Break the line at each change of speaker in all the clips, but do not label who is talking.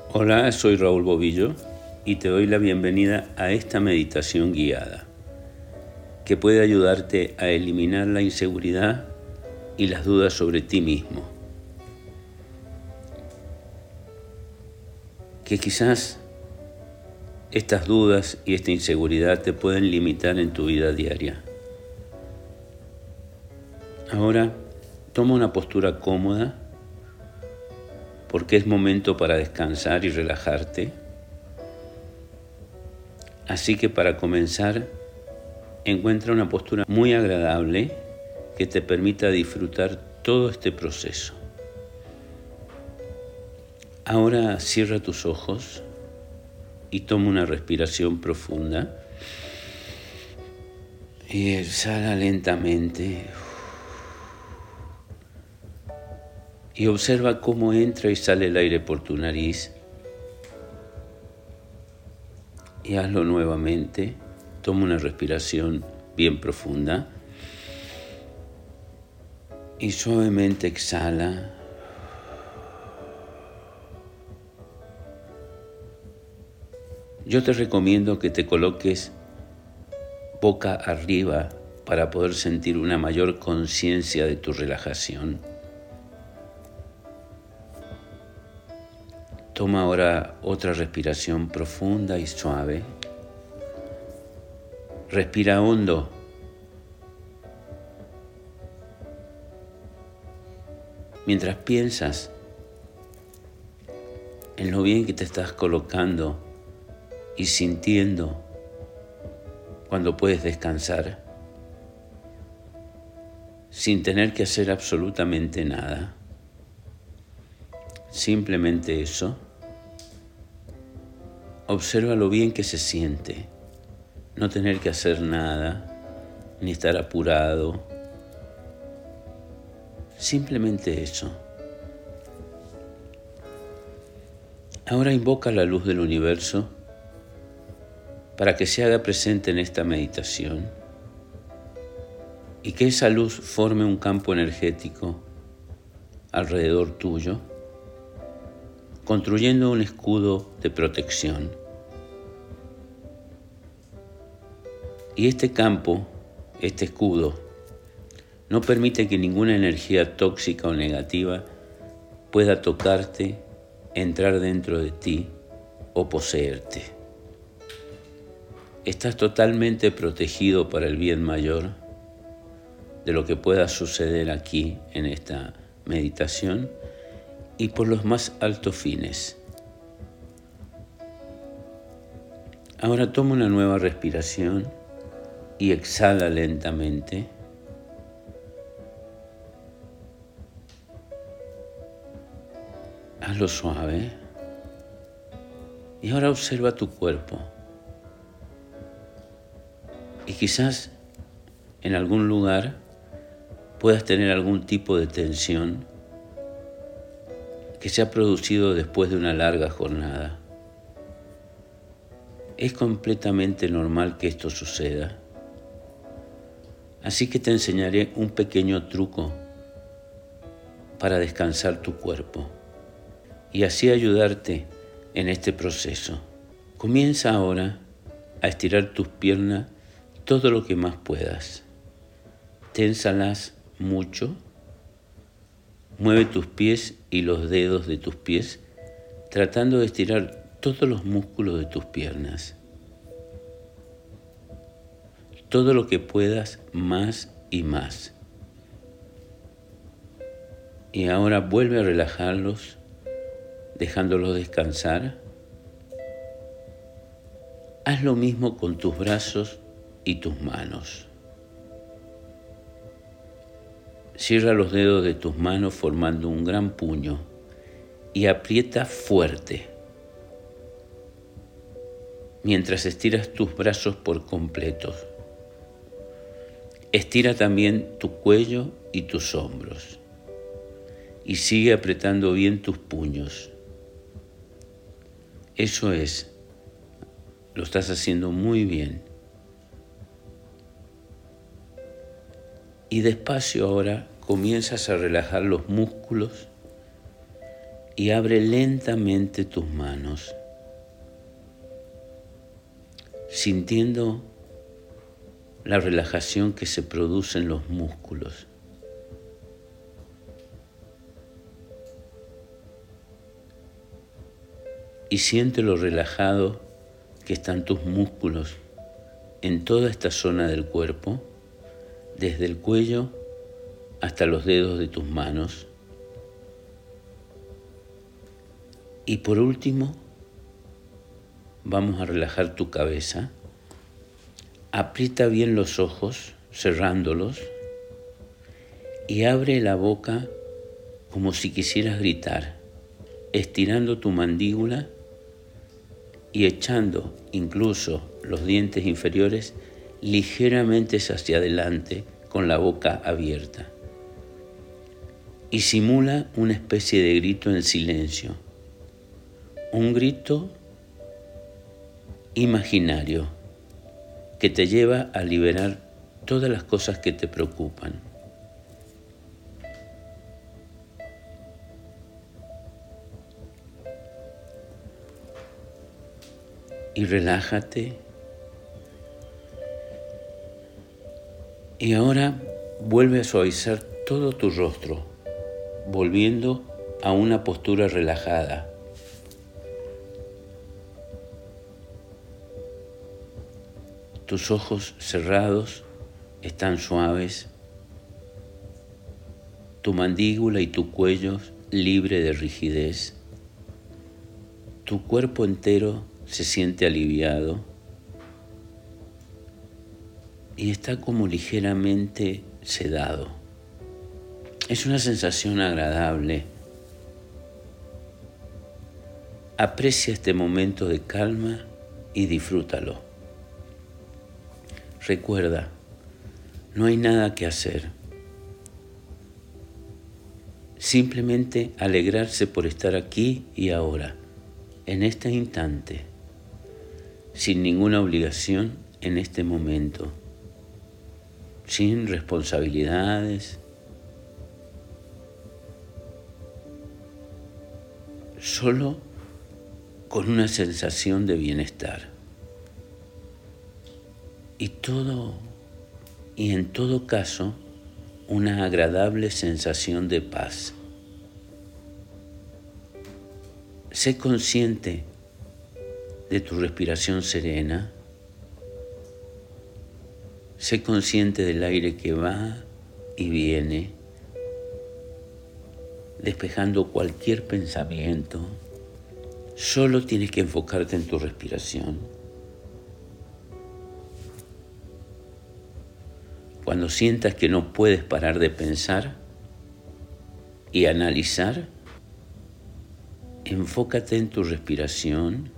Hola, soy Raúl Bobillo y te doy la bienvenida a esta meditación guiada que puede ayudarte a eliminar la inseguridad y las dudas sobre ti mismo, que quizás estas dudas y esta inseguridad te pueden limitar en tu vida diaria. Ahora, toma una postura cómoda porque es momento para descansar y relajarte. Así que para comenzar, encuentra una postura muy agradable que te permita disfrutar todo este proceso. Ahora cierra tus ojos y toma una respiración profunda y exhala lentamente. Y observa cómo entra y sale el aire por tu nariz. Y hazlo nuevamente. Toma una respiración bien profunda. Y suavemente exhala. Yo te recomiendo que te coloques boca arriba para poder sentir una mayor conciencia de tu relajación. Toma ahora otra respiración profunda y suave. Respira hondo. Mientras piensas en lo bien que te estás colocando y sintiendo cuando puedes descansar sin tener que hacer absolutamente nada. Simplemente eso. Observa lo bien que se siente, no tener que hacer nada, ni estar apurado. Simplemente eso. Ahora invoca la luz del universo para que se haga presente en esta meditación y que esa luz forme un campo energético alrededor tuyo, construyendo un escudo de protección. Y este campo, este escudo, no permite que ninguna energía tóxica o negativa pueda tocarte, entrar dentro de ti o poseerte. Estás totalmente protegido para el bien mayor de lo que pueda suceder aquí en esta meditación y por los más altos fines. Ahora toma una nueva respiración y exhala lentamente. Hazlo suave. Y ahora observa tu cuerpo. Y quizás en algún lugar puedas tener algún tipo de tensión que se ha producido después de una larga jornada. Es completamente normal que esto suceda. Así que te enseñaré un pequeño truco para descansar tu cuerpo y así ayudarte en este proceso. Comienza ahora a estirar tus piernas todo lo que más puedas. Ténsalas mucho. Mueve tus pies y los dedos de tus pies, tratando de estirar todos los músculos de tus piernas. Todo lo que puedas, más y más. Y ahora vuelve a relajarlos, dejándolos descansar. Haz lo mismo con tus brazos y tus manos. Cierra los dedos de tus manos formando un gran puño y aprieta fuerte, mientras estiras tus brazos por completo. Estira también tu cuello y tus hombros y sigue apretando bien tus puños. Eso es, lo estás haciendo muy bien. Y despacio ahora comienzas a relajar los músculos y abre lentamente tus manos, sintiendo la relajación que se produce en los músculos. Y siente lo relajado que están tus músculos en toda esta zona del cuerpo, desde el cuello hasta los dedos de tus manos. Y por último, vamos a relajar tu cabeza. Aprieta bien los ojos, cerrándolos, y abre la boca como si quisieras gritar, estirando tu mandíbula y echando incluso los dientes inferiores ligeramente hacia adelante con la boca abierta. Y simula una especie de grito en silencio, un grito imaginario que te lleva a liberar todas las cosas que te preocupan. Y relájate. Y ahora vuelve a suavizar todo tu rostro, volviendo a una postura relajada. Tus ojos cerrados están suaves, tu mandíbula y tu cuello libre de rigidez. Tu cuerpo entero se siente aliviado y está como ligeramente sedado. Es una sensación agradable. Aprecia este momento de calma y disfrútalo. Recuerda, no hay nada que hacer. Simplemente alegrarse por estar aquí y ahora, en este instante, sin ninguna obligación en este momento, sin responsabilidades, solo con una sensación de bienestar. Y en todo caso, una agradable sensación de paz. Sé consciente de tu respiración serena. Sé consciente del aire que va y viene, despejando cualquier pensamiento. Solo tienes que enfocarte en tu respiración. Cuando sientas que no puedes parar de pensar y analizar, enfócate en tu respiración.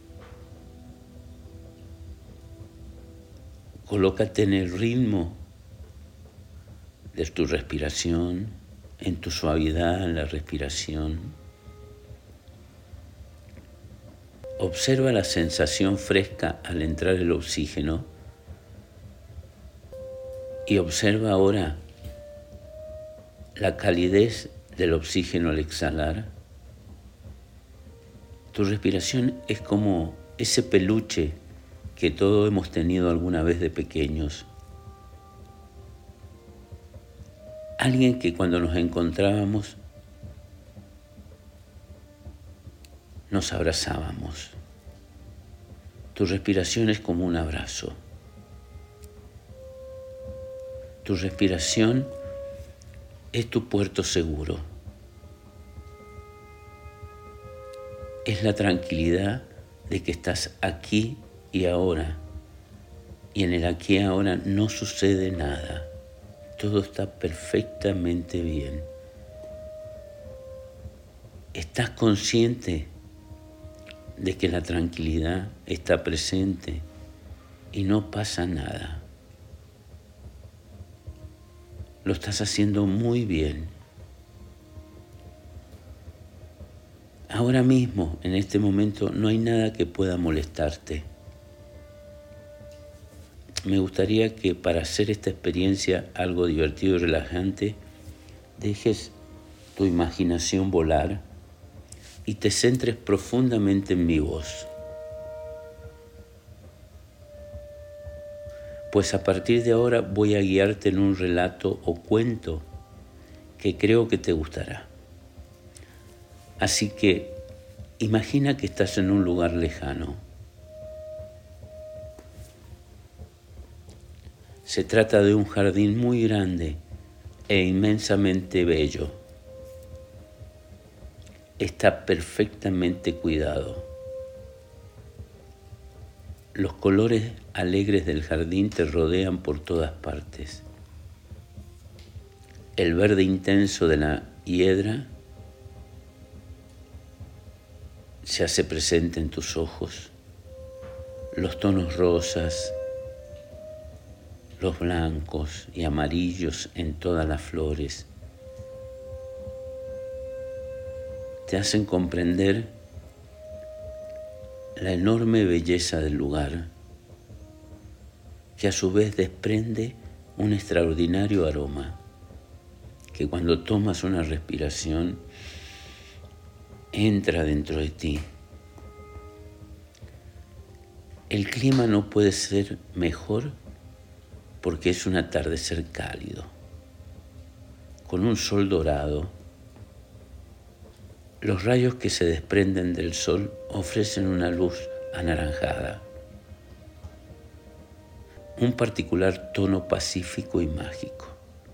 Colócate en el ritmo de tu respiración, en tu suavidad en la respiración. Observa la sensación fresca al entrar el oxígeno y observa ahora la calidez del oxígeno al exhalar. Tu respiración es como ese peluche que todos hemos tenido alguna vez de pequeños. Alguien que cuando nos encontrábamos nos abrazábamos. Tu respiración es como un abrazo. Tu respiración es tu puerto seguro. Es la tranquilidad de que estás aquí y ahora. Y en el aquí y ahora no sucede nada. Todo está perfectamente bien. Estás consciente de que la tranquilidad está presente y no pasa nada. Lo estás haciendo muy bien. Ahora mismo, en este momento, no hay nada que pueda molestarte. Me gustaría que para hacer esta experiencia algo divertido y relajante, dejes tu imaginación volar y te centres profundamente en mi voz. Pues a partir de ahora voy a guiarte en un relato o cuento que creo que te gustará. Así que imagina que estás en un lugar lejano. Se trata de un jardín muy grande e inmensamente bello. Está perfectamente cuidado. Los colores alegres del jardín te rodean por todas partes. El verde intenso de la hiedra se hace presente en tus ojos. Los tonos rosas, los blancos y amarillos en todas las flores te hacen comprender la enorme belleza del lugar, que a su vez desprende un extraordinario aroma, que cuando tomas una respiración entra dentro de ti. El clima no puede ser mejor porque es un atardecer cálido, con un sol dorado. Los rayos que se desprenden del sol ofrecen una luz anaranjada, un particular tono pacífico y mágico.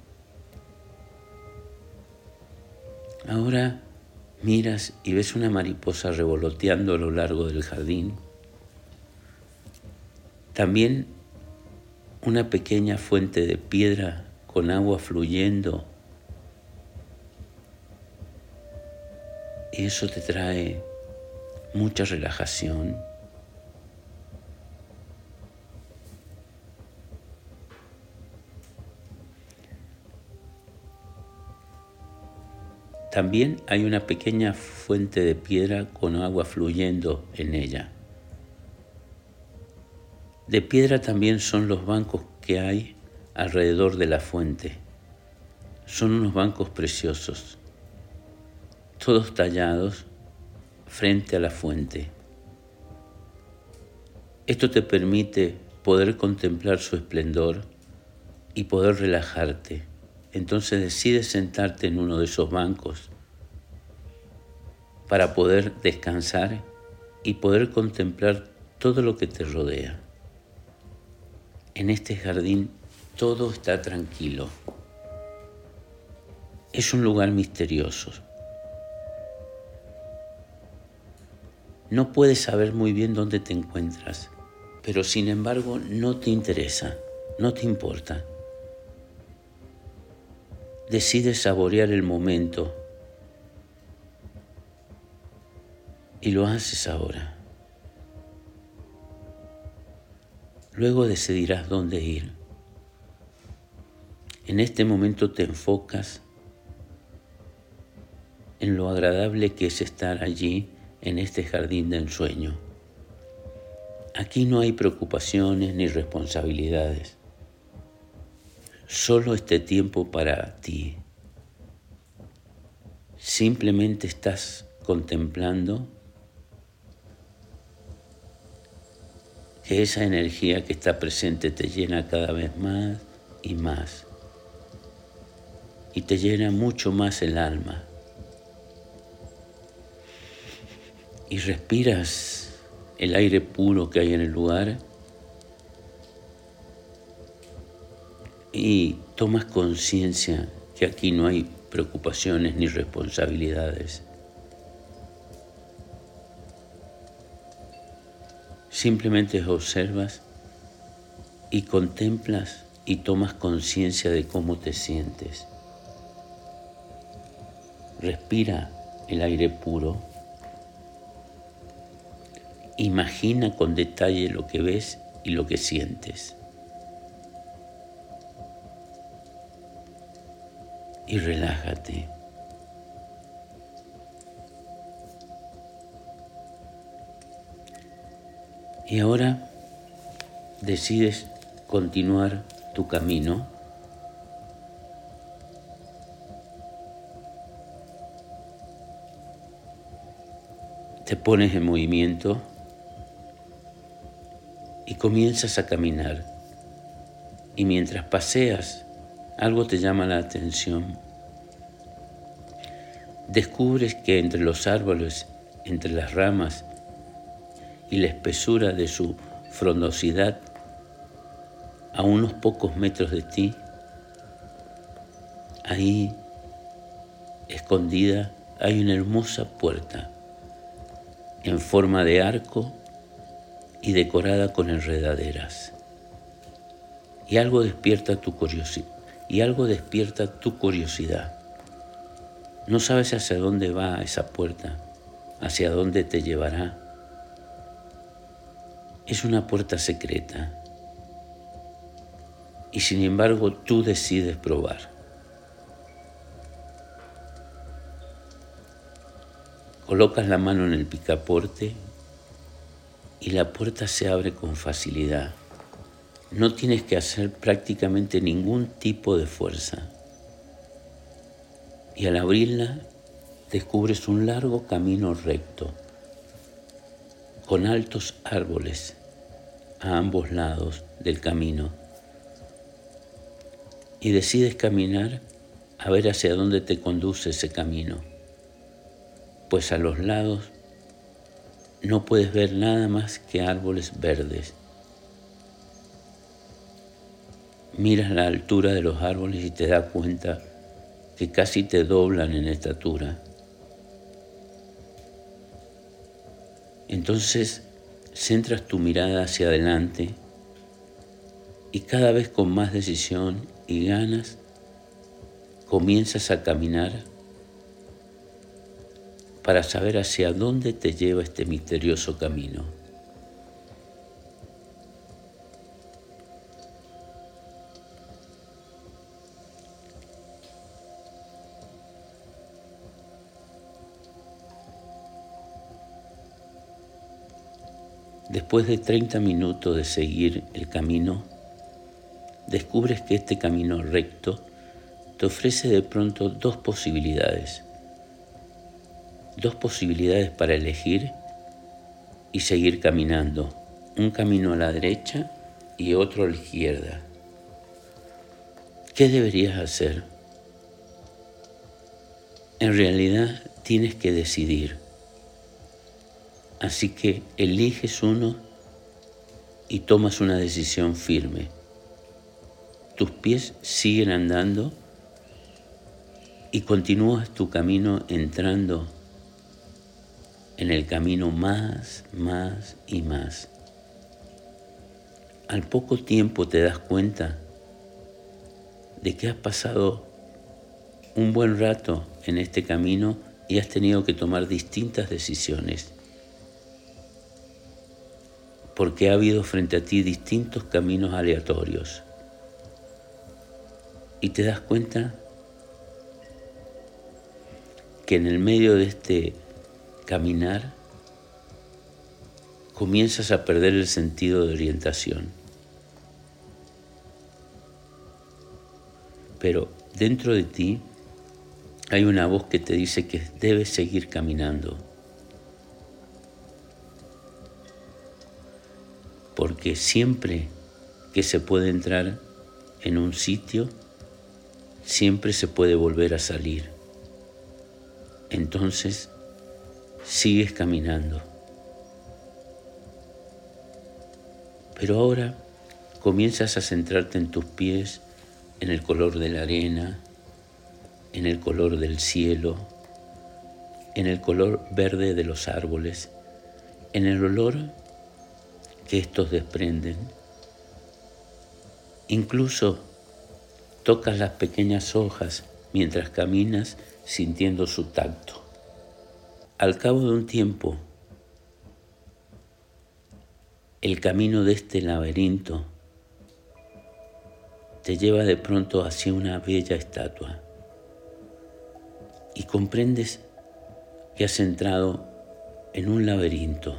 Ahora miras y ves una mariposa revoloteando a lo largo del jardín. También una pequeña fuente de piedra con agua fluyendo. Y eso te trae mucha relajación. También hay una pequeña fuente de piedra con agua fluyendo en ella. De piedra también son los bancos que hay alrededor de la fuente. Son unos bancos preciosos, todos tallados frente a la fuente. Esto te permite poder contemplar su esplendor y poder relajarte. Entonces decides sentarte en uno de esos bancos para poder descansar y poder contemplar todo lo que te rodea. En este jardín todo está tranquilo. Es un lugar misterioso. No puedes saber muy bien dónde te encuentras, pero sin embargo no te interesa, no te importa. Decides saborear el momento y lo haces ahora. Luego decidirás dónde ir. En este momento te enfocas en lo agradable que es estar allí en este jardín de ensueño. Aquí no hay preocupaciones ni responsabilidades. Solo este tiempo para ti. Simplemente estás contemplando que esa energía que está presente te llena cada vez más y más. Y te llena mucho más el alma. Y respiras el aire puro que hay en el lugar y tomas conciencia que aquí no hay preocupaciones ni responsabilidades. Simplemente observas y contemplas y tomas conciencia de cómo te sientes. Respira el aire puro. Imagina con detalle lo que ves y lo que sientes. Y relájate. Y ahora decides continuar tu camino. te pones en movimiento y comienzas a caminar. Y mientras paseas, algo te llama la atención. Descubres que entre los árboles, entre las ramas y la espesura de su frondosidad, a unos pocos metros de ti, ahí, escondida, hay una hermosa puerta en forma de arco y decorada con enredaderas. Y algo despierta tu curiosidad. No sabes hacia dónde va esa puerta, hacia dónde te llevará. Es una puerta secreta. Y sin embargo, tú decides probar. Colocas la mano en el picaporte y la puerta se abre con facilidad. No tienes que hacer prácticamente ningún tipo de fuerza. Y al abrirla, descubres un largo camino recto, con altos árboles a ambos lados del camino. Y decides caminar a ver hacia dónde te conduce ese camino, pues a los lados no puedes ver nada más que árboles verdes. Miras la altura de los árboles y te das cuenta que casi te doblan en estatura. Entonces centras tu mirada hacia adelante y cada vez con más decisión y ganas comienzas a caminar para saber hacia dónde te lleva este misterioso camino. Después de 30 minutos de seguir el camino, descubres que este camino recto te ofrece de pronto dos posibilidades para elegir y seguir caminando, un camino a la derecha y otro a la izquierda. ¿Qué deberías hacer? En realidad tienes que decidir. Así que eliges uno y tomas una decisión firme. Tus pies siguen andando y continúas tu camino entrando en el camino más y más. Al poco tiempo te das cuenta de que has pasado un buen rato en este camino y has tenido que tomar distintas decisiones, porque ha habido frente a ti distintos caminos aleatorios. Y te das cuenta que en el medio de este caminar comienzas a perder el sentido de orientación. Pero dentro de ti hay una voz que te dice que debes seguir caminando, porque siempre que se puede entrar en un sitio, siempre se puede volver a salir. Entonces, sigues caminando. Pero ahora comienzas a centrarte en tus pies, en el color de la arena, en el color del cielo, en el color verde de los árboles, en el olor que estos desprenden. Incluso tocas las pequeñas hojas mientras caminas sintiendo su tacto. Al cabo de un tiempo, el camino de este laberinto te lleva de pronto hacia una bella estatua y comprendes que has entrado en un laberinto.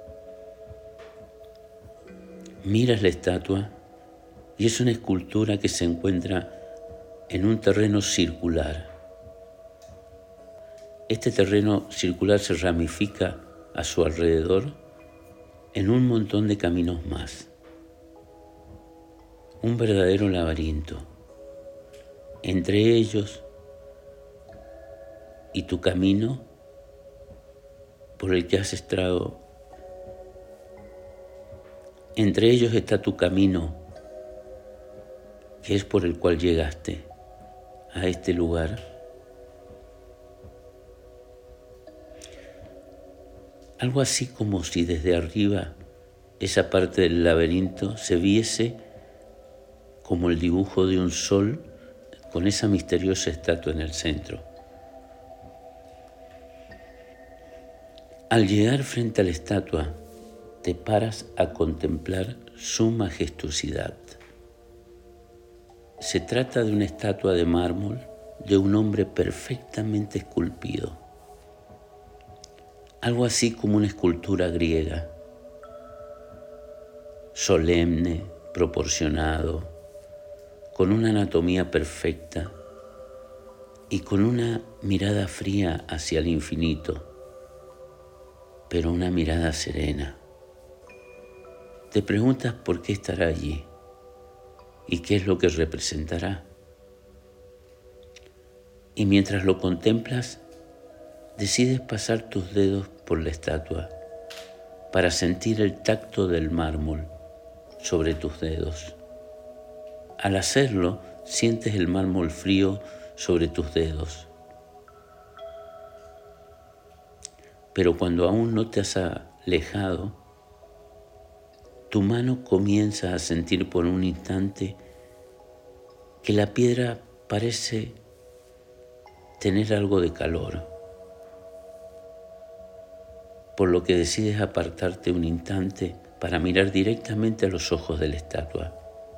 Miras la estatua y es una escultura que se encuentra en un terreno circular. Este terreno circular se ramifica a su alrededor en un montón de caminos más. Un verdadero laberinto. Entre ellos y tu camino por el que has estado. Entre ellos está tu camino, que es por el cual llegaste a este lugar. Algo así como si desde arriba esa parte del laberinto se viese como el dibujo de un sol con esa misteriosa estatua en el centro. Al llegar frente a la estatua, te paras a contemplar su majestuosidad. Se trata de una estatua de mármol de un hombre perfectamente esculpido. Algo así como una escultura griega, solemne, proporcionado, con una anatomía perfecta y con una mirada fría hacia el infinito, pero una mirada serena. Te preguntas por qué estará allí y qué es lo que representará. Y mientras lo contemplas, decides pasar tus dedos por la estatua para sentir el tacto del mármol sobre tus dedos. Al hacerlo, sientes el mármol frío sobre tus dedos. Pero cuando aún no te has alejado, tu mano comienza a sentir por un instante que la piedra parece tener algo de calor, por lo que decides apartarte un instante para mirar directamente a los ojos de la estatua.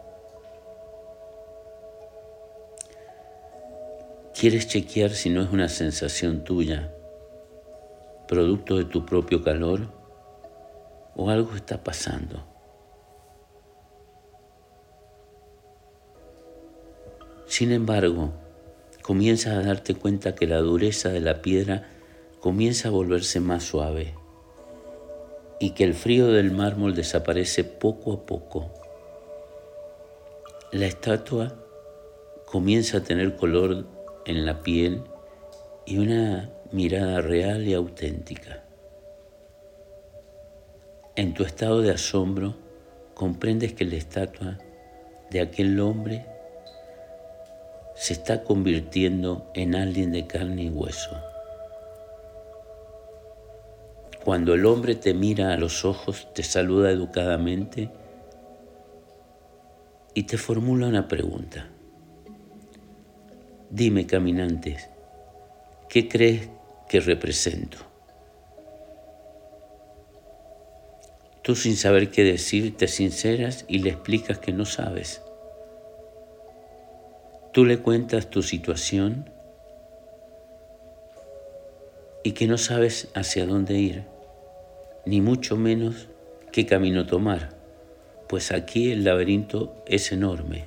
Quieres chequear si no es una sensación tuya, producto de tu propio calor, o algo está pasando. Sin embargo, comienzas a darte cuenta que la dureza de la piedra comienza a volverse más suave y que el frío del mármol desaparece poco a poco. La estatua comienza a tener color en la piel y una mirada real y auténtica. En tu estado de asombro, comprendes que la estatua de aquel hombre se está convirtiendo en alguien de carne y hueso. Cuando el hombre te mira a los ojos, te saluda educadamente y te formula una pregunta. Dime, caminantes, ¿qué crees que represento? Tú, sin saber qué decir, te sinceras y le explicas que no sabes. Tú le cuentas tu situación y que no sabes hacia dónde ir, ni mucho menos qué camino tomar, pues aquí el laberinto es enorme.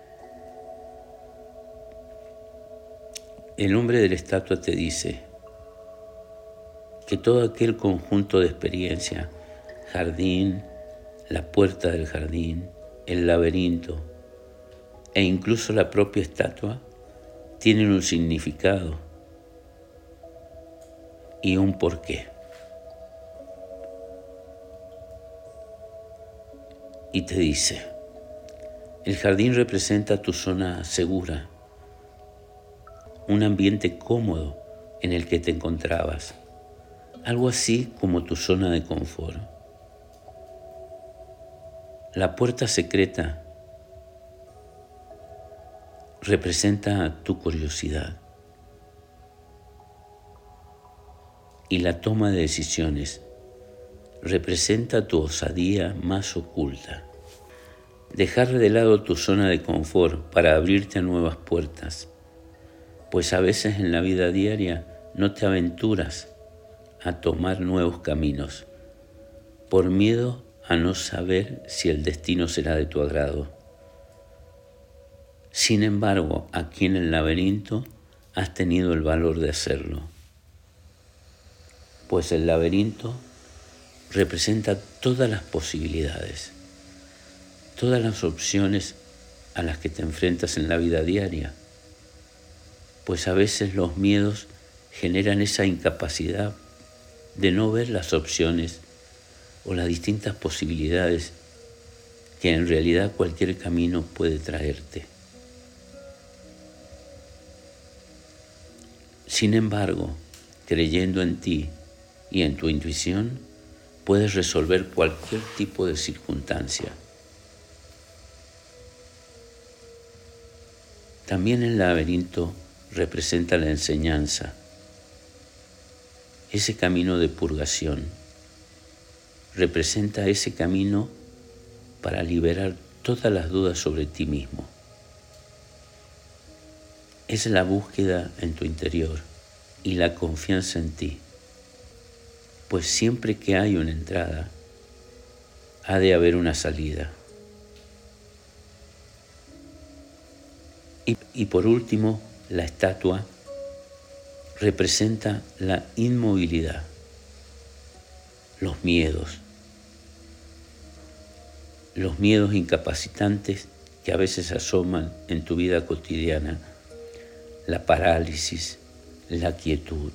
El hombre de la estatua te dice que todo aquel conjunto de experiencia, jardín, la puerta del jardín, el laberinto e incluso la propia estatua tienen un significado y un porqué. Y te dice, el jardín representa tu zona segura, un ambiente cómodo en el que te encontrabas, algo así como tu zona de confort. La puerta secreta representa tu curiosidad y la toma de decisiones representa tu osadía más oculta. Dejar de lado tu zona de confort para abrirte a nuevas puertas, pues a veces en la vida diaria no te aventuras a tomar nuevos caminos por miedo a no saber si el destino será de tu agrado. Sin embargo, aquí en el laberinto has tenido el valor de hacerlo, pues el laberinto representa todas las posibilidades, todas las opciones a las que te enfrentas en la vida diaria, pues a veces los miedos generan esa incapacidad de no ver las opciones o las distintas posibilidades que en realidad cualquier camino puede traerte. Sin embargo, creyendo en ti y en tu intuición, puedes resolver cualquier tipo de circunstancia. También el laberinto representa la enseñanza, ese camino de purgación. Representa ese camino para liberar todas las dudas sobre ti mismo. Es la búsqueda en tu interior y la confianza en ti, pues siempre que hay una entrada, ha de haber una salida. Y por último, la estatua representa la inmovilidad, los miedos incapacitantes que a veces asoman en tu vida cotidiana, la parálisis, la quietud.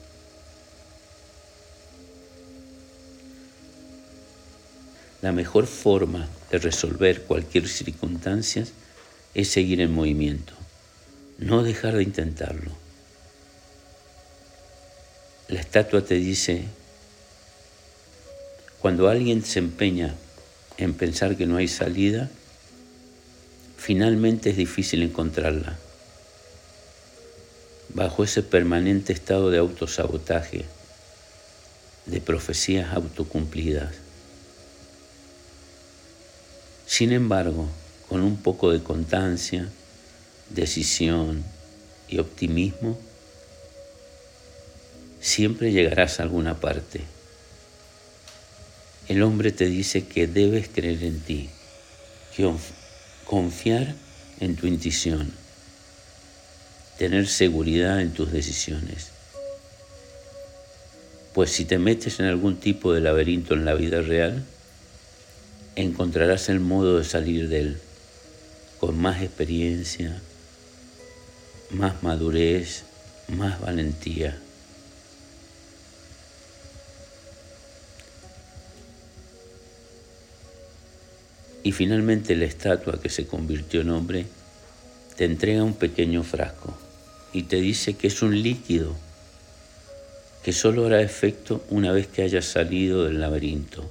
La mejor forma de resolver cualquier circunstancia es seguir en movimiento, no dejar de intentarlo. La estatua te dice, cuando alguien se empeña en pensar que no hay salida, finalmente es difícil encontrarla. Bajo ese permanente estado de autosabotaje, de profecías autocumplidas. Sin embargo, con un poco de constancia, decisión y optimismo, siempre llegarás a alguna parte. El hombre te dice que debes creer en ti, confiar en tu intuición, tener seguridad en tus decisiones. Pues si te metes en algún tipo de laberinto en la vida real, encontrarás el modo de salir de él, con más experiencia, más madurez, más valentía. Y finalmente la estatua que se convirtió en hombre te entrega un pequeño frasco y te dice que es un líquido que solo hará efecto una vez que hayas salido del laberinto.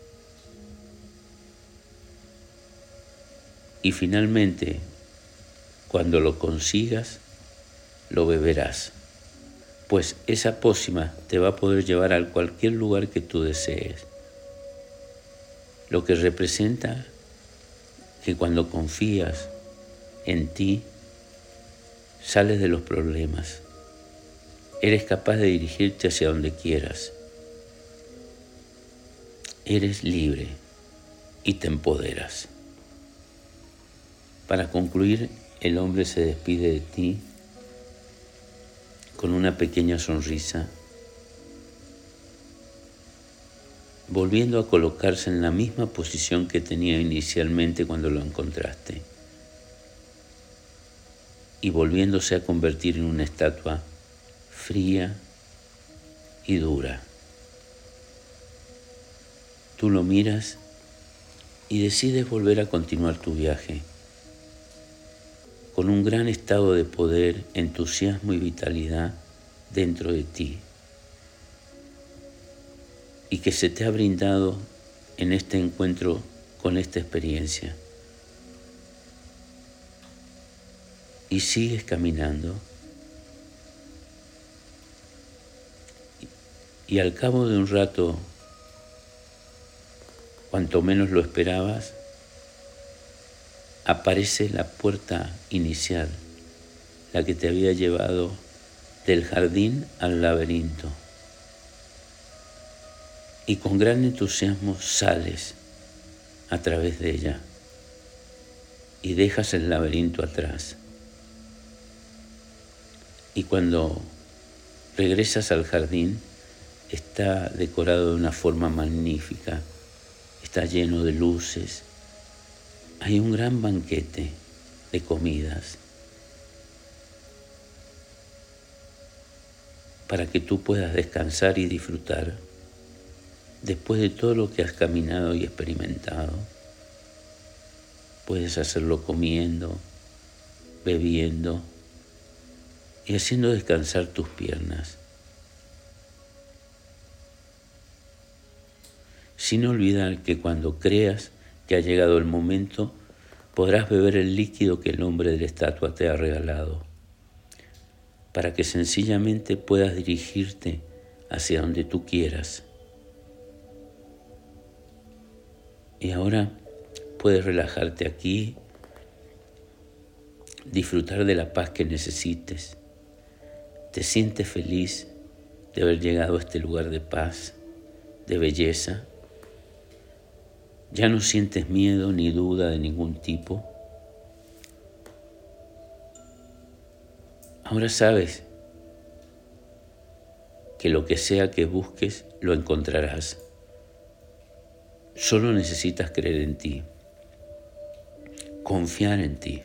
Y finalmente, cuando lo consigas, lo beberás, pues esa pócima te va a poder llevar a cualquier lugar que tú desees, lo que representa que cuando confías en ti, sales de los problemas, eres capaz de dirigirte hacia donde quieras, eres libre y te empoderas. Para concluir, el hombre se despide de ti con una pequeña sonrisa, volviendo a colocarse en la misma posición que tenía inicialmente cuando lo encontraste, y volviéndose a convertir en una estatua fría y dura. Tú lo miras y decides volver a continuar tu viaje, con un gran estado de poder, entusiasmo y vitalidad dentro de ti, y que se te ha brindado en este encuentro con esta experiencia. Y sigues caminando, y al cabo de un rato, cuanto menos lo esperabas, aparece la puerta inicial, la que te había llevado del jardín al laberinto. Y con gran entusiasmo sales a través de ella y dejas el laberinto atrás. Y cuando regresas al jardín, está decorado de una forma magnífica, está lleno de luces. Hay un gran banquete de comidas para que tú puedas descansar y disfrutar después de todo lo que has caminado y experimentado. Puedes hacerlo comiendo, bebiendo y haciendo descansar tus piernas, sin olvidar que cuando creas que ha llegado el momento, podrás beber el líquido que el hombre de la estatua te ha regalado, para que sencillamente puedas dirigirte hacia donde tú quieras. Y ahora puedes relajarte aquí, disfrutar de la paz que necesites. Te sientes feliz de haber llegado a este lugar de paz, de belleza. Ya no sientes miedo ni duda de ningún tipo. Ahora sabes que lo que sea que busques, lo encontrarás. Solo necesitas creer en ti, confiar en ti.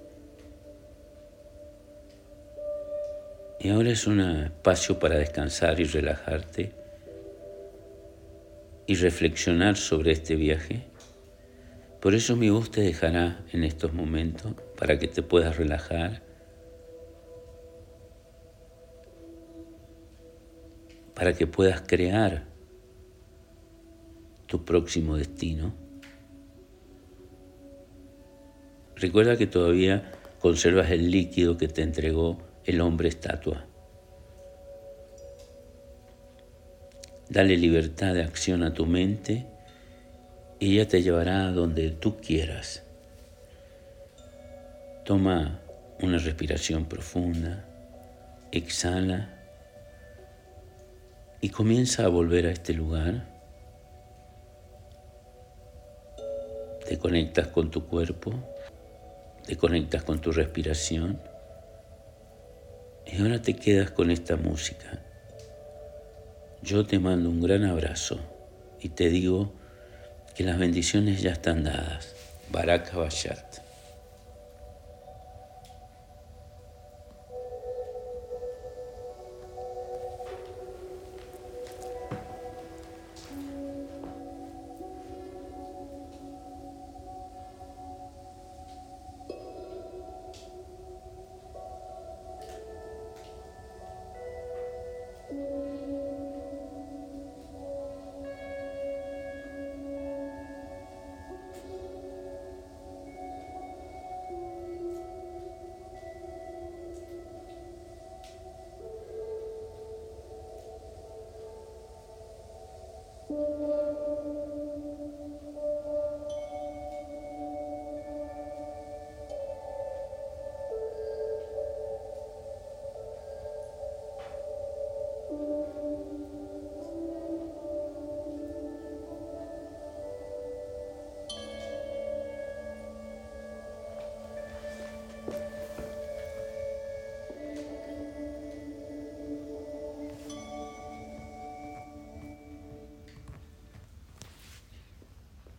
Y ahora es un espacio para descansar y relajarte y reflexionar sobre este viaje. Por eso mi voz te dejará en estos momentos para que te puedas relajar, para que puedas crear tu próximo destino. Recuerda que todavía conservas el líquido que te entregó el hombre estatua. Dale libertad de acción a tu mente y ella te llevará a donde tú quieras. Toma una respiración profunda, exhala y comienza a volver a este lugar. Te conectas con tu cuerpo, te conectas con tu respiración y ahora te quedas con esta música. Yo te mando un gran abrazo y te digo que las bendiciones ya están dadas. Barak Bashat.